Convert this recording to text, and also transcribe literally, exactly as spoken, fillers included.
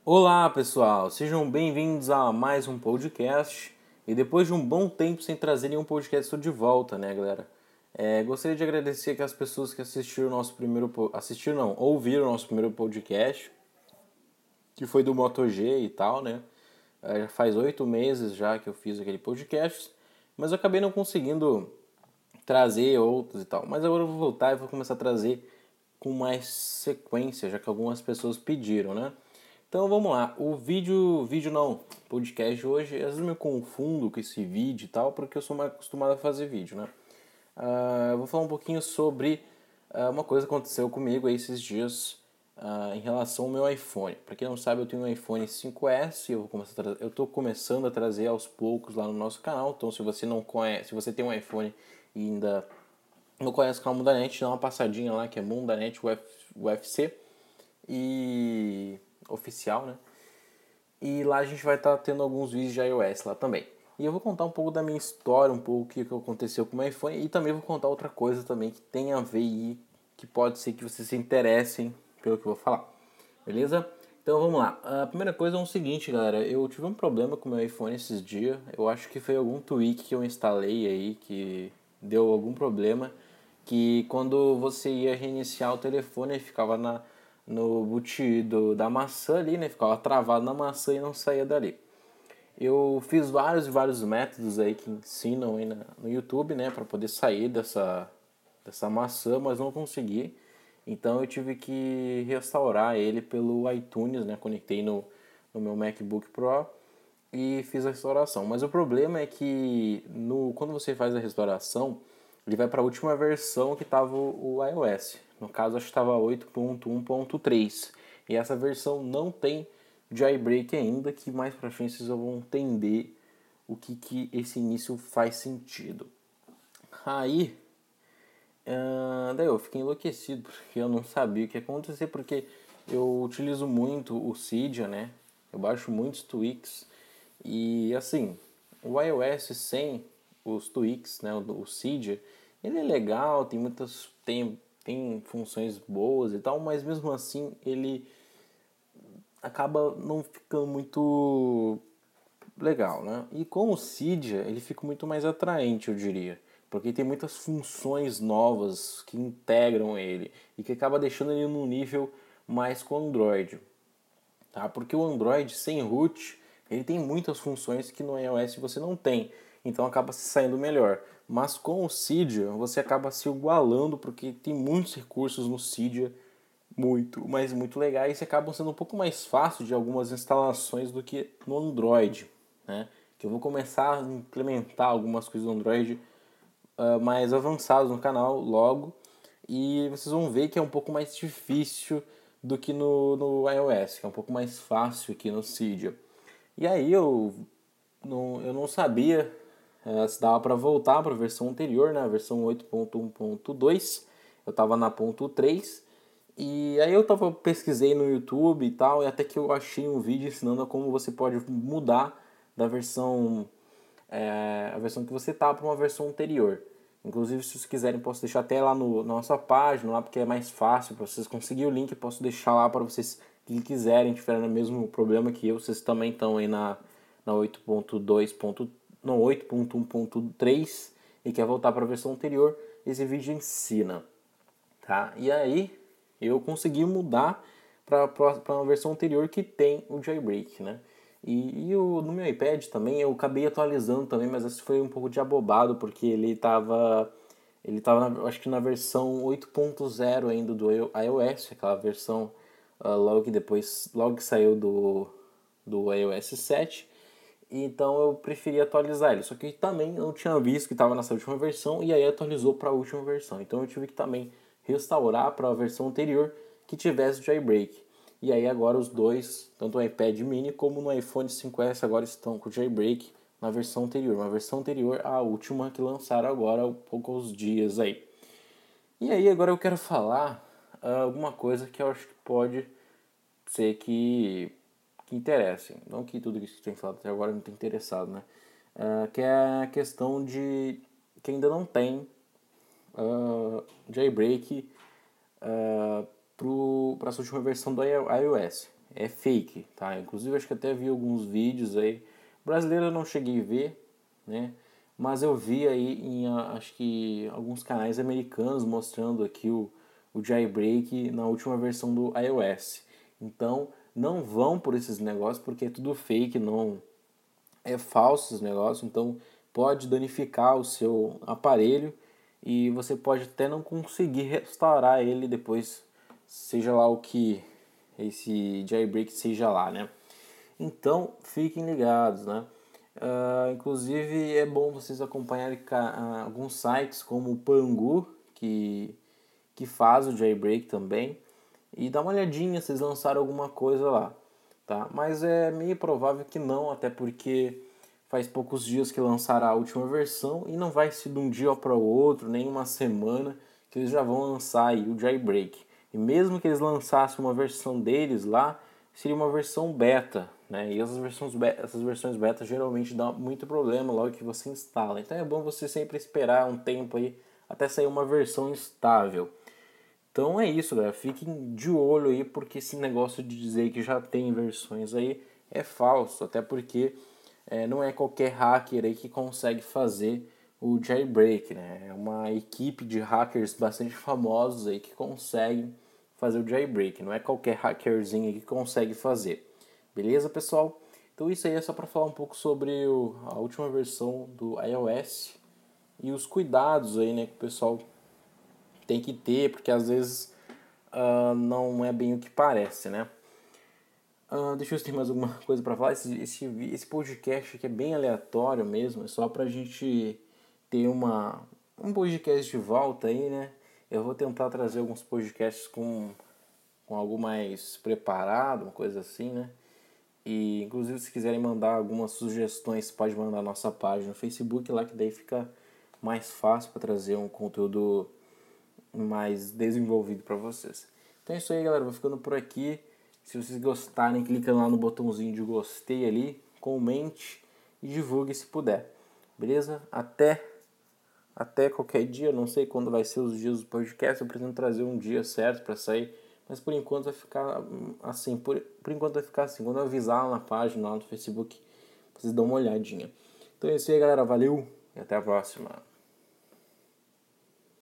Olá pessoal, sejam bem-vindos a mais um podcast. E depois de um bom tempo sem trazer nenhum podcast, estou de volta, né, galera? É, gostaria de agradecer aqui as pessoas que assistiram o nosso primeiro. po- Assistiram, não, ouviram o nosso primeiro podcast, que foi do Moto G e tal, né? É, já faz oito meses já que eu fiz aquele podcast, mas eu acabei não conseguindo trazer outros e tal. Mas agora eu vou voltar e vou começar a trazer com mais sequência, já que algumas pessoas pediram, né? Então vamos lá, o vídeo, vídeo não, podcast hoje, às vezes eu me confundo com esse vídeo e tal, porque eu sou mais acostumado a fazer vídeo, né? Ah, eu vou falar um pouquinho sobre ah, uma coisa que aconteceu comigo aí esses dias ah, em relação ao meu iPhone. Para quem não sabe, eu tenho um iPhone cinco S, eu vou começar a tra- eu estou começando a trazer aos poucos lá no nosso canal. Então, se você não conhece, se você tem um iPhone e ainda não conhece o canal Mundanet, dá uma passadinha lá que é Mundanet U F, U F C e oficial, né? E lá a gente vai estar tendo alguns vídeos de iOS lá também. E eu vou contar um pouco da minha história, um pouco o que aconteceu com o meu iPhone e também vou contar outra coisa também que tem a ver e que pode ser que vocês se interessem pelo que eu vou falar. Beleza? Então vamos lá. A primeira coisa é o seguinte, galera. Eu tive um problema com o meu iPhone esses dias. Eu acho que foi algum tweak que eu instalei aí que deu algum problema. Que quando você ia reiniciar o telefone, ele ficava na, no boot do, da maçã ali, né? Ficava travado na maçã e não saía dali. Eu fiz vários e vários métodos aí que ensinam aí na, no YouTube, né? Para poder sair dessa, dessa maçã, mas não consegui. Então eu tive que restaurar ele pelo iTunes, né? Conectei no, no meu MacBook Pro e fiz a restauração. Mas o problema é que no, quando você faz a restauração, ele vai para a última versão que estava o, o iOS. No caso, acho que estava oito ponto um ponto três. E essa versão não tem jailbreak ainda, que mais para frente vocês vão entender o que, que esse início faz sentido. Aí, ah, daí eu fiquei enlouquecido, porque eu não sabia o que ia acontecer, porque eu utilizo muito o Cydia, né? Eu baixo muitos tweaks e assim, o iOS sem os tweaks, né, o Cydia, ele é legal, tem muitas tem tem funções boas e tal, mas mesmo assim ele acaba não ficando muito legal, né? E com o Cydia, ele fica muito mais atraente, eu diria. Porque tem muitas funções novas que integram ele e que acaba deixando ele num nível mais com o Android. Tá? Porque o Android sem root, ele tem muitas funções que no iOS você não tem. Então acaba se saindo melhor. Mas com o Cydia, você acaba se igualando porque tem muitos recursos no Cydia muito, mas muito legais e acabam sendo um pouco mais fácil de algumas instalações do que no Android, né? Que eu vou começar a implementar algumas coisas do Android uh, mais avançadas no canal logo e vocês vão ver que é um pouco mais difícil do que no, no iOS, que é um pouco mais fácil aqui no Cydia. E aí eu não, eu não sabia uh, se dava para voltar para a versão anterior, né? A versão oito ponto um ponto dois. Eu estava na ponto três e aí eu tava, pesquisei no YouTube e tal, e até que eu achei um vídeo ensinando a como você pode mudar da versão é, a versão que você tá para uma versão anterior. Inclusive, se vocês quiserem, posso deixar até lá no, na nossa página, lá porque é mais fácil para vocês conseguirem o link, posso deixar lá para vocês que quiserem, tiverem o mesmo problema que eu, vocês também estão aí na, na oito ponto dois. Não, oito ponto um ponto três e quer voltar para a versão anterior, esse vídeo ensina. Tá? E aí eu consegui mudar para uma versão anterior que tem o jailbreak, né? E, e o, no meu iPad também eu acabei atualizando também, mas esse foi um pouco de abobado porque ele estava ele tava na, acho que na versão oito ponto zero ainda do iOS, aquela versão uh, logo que depois logo que saiu do do iOS sete. Então eu preferi atualizar ele. Só que também eu tinha visto que estava nessa última versão e aí atualizou para a última versão. Então eu tive que também restaurar para a versão anterior que tivesse jailbreak. E aí agora os dois, tanto o iPad mini como no iPhone cinco S agora estão com jailbreak na versão anterior. Uma versão anterior à última que lançaram agora há poucos dias aí. E aí agora eu quero falar uh, alguma coisa que eu acho que pode ser que que interessem. Não que tudo isso que tem falado até agora não tenha interessado, né? Uh, que é a questão de que ainda não tem uh, jailbreak uh, para essa última versão do iOS. é fake, tá? Inclusive acho que até vi alguns vídeos aí. Brasileiro eu não cheguei a ver, né? Mas eu vi aí em acho que alguns canais americanos mostrando aqui o, o jailbreak na última versão do iOS. Então não vão por esses negócios porque é tudo fake, não é falso esse negócio, então pode danificar o seu aparelho e você pode até não conseguir restaurar ele depois, seja lá o que esse jailbreak seja lá, né? Então fiquem ligados, né? Uh, inclusive é bom vocês acompanharem alguns sites como o Pangu, que, que faz o jailbreak também, e dá uma olhadinha se eles lançaram alguma coisa lá, tá? Mas é meio provável que não, até porque faz poucos dias que lançaram a última versão e não vai ser de um dia para o outro, nem uma semana, que eles já vão lançar aí o jailbreak. E mesmo que eles lançassem uma versão deles lá, seria uma versão beta, né? E essas versões beta, essas versões beta geralmente dão muito problema logo que você instala. Então é bom você sempre esperar um tempo aí até sair uma versão estável. Então é isso, galera. Fiquem de olho aí, porque esse negócio de dizer que já tem versões aí é falso. Até porque é, não é qualquer hacker aí que consegue fazer o jailbreak, né? É uma equipe de hackers bastante famosos aí que conseguem fazer o jailbreak. Não é qualquer hackerzinho aí que consegue fazer. Beleza, pessoal? Então isso aí é só para falar um pouco sobre o, a última versão do iOS e os cuidados aí, né, que o pessoal tem que ter, porque às vezes uh, não é bem o que parece, né? Uh, deixa eu ver se tem mais alguma coisa para falar. Esse, esse, esse podcast aqui é bem aleatório mesmo, é só pra gente ter uma, um podcast de volta aí, né? Eu vou tentar trazer alguns podcasts com, com algo mais preparado, uma coisa assim, né? E inclusive se quiserem mandar algumas sugestões, pode mandar na nossa página no Facebook, lá que daí fica mais fácil para trazer um conteúdo mais desenvolvido para vocês. Então é isso aí, galera, vou ficando por aqui. Se vocês gostarem, clica lá no botãozinho de gostei ali, comente e divulgue se puder. Beleza? Até até qualquer dia, não sei quando vai ser os dias do podcast, eu pretendo trazer um dia certo para sair, mas por enquanto vai ficar assim, por, por enquanto vai ficar assim, quando eu avisar lá na página, lá no Facebook, vocês dão uma olhadinha. Então é isso aí, galera, valeu e até a próxima.